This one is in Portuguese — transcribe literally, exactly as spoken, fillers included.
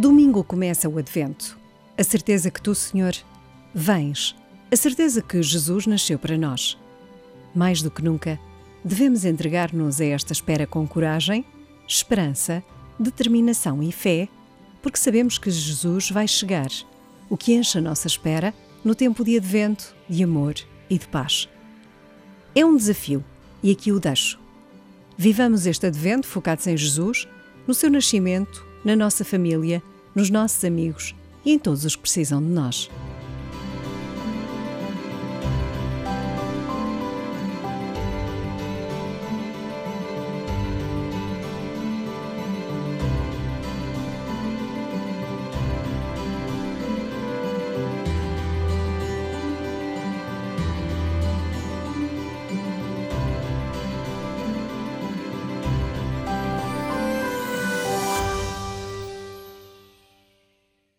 Domingo começa o Advento. A certeza que tu, Senhor, vens. A certeza que Jesus nasceu para nós. Mais do que nunca, devemos entregar-nos a esta espera com coragem, esperança, determinação e fé, porque sabemos que Jesus vai chegar, o que enche a nossa espera no tempo de Advento, de amor e de paz. É um desafio, e aqui o deixo. Vivamos este Advento focados em Jesus, no seu nascimento, na nossa família, nos nossos amigos e em todos os que precisam de nós.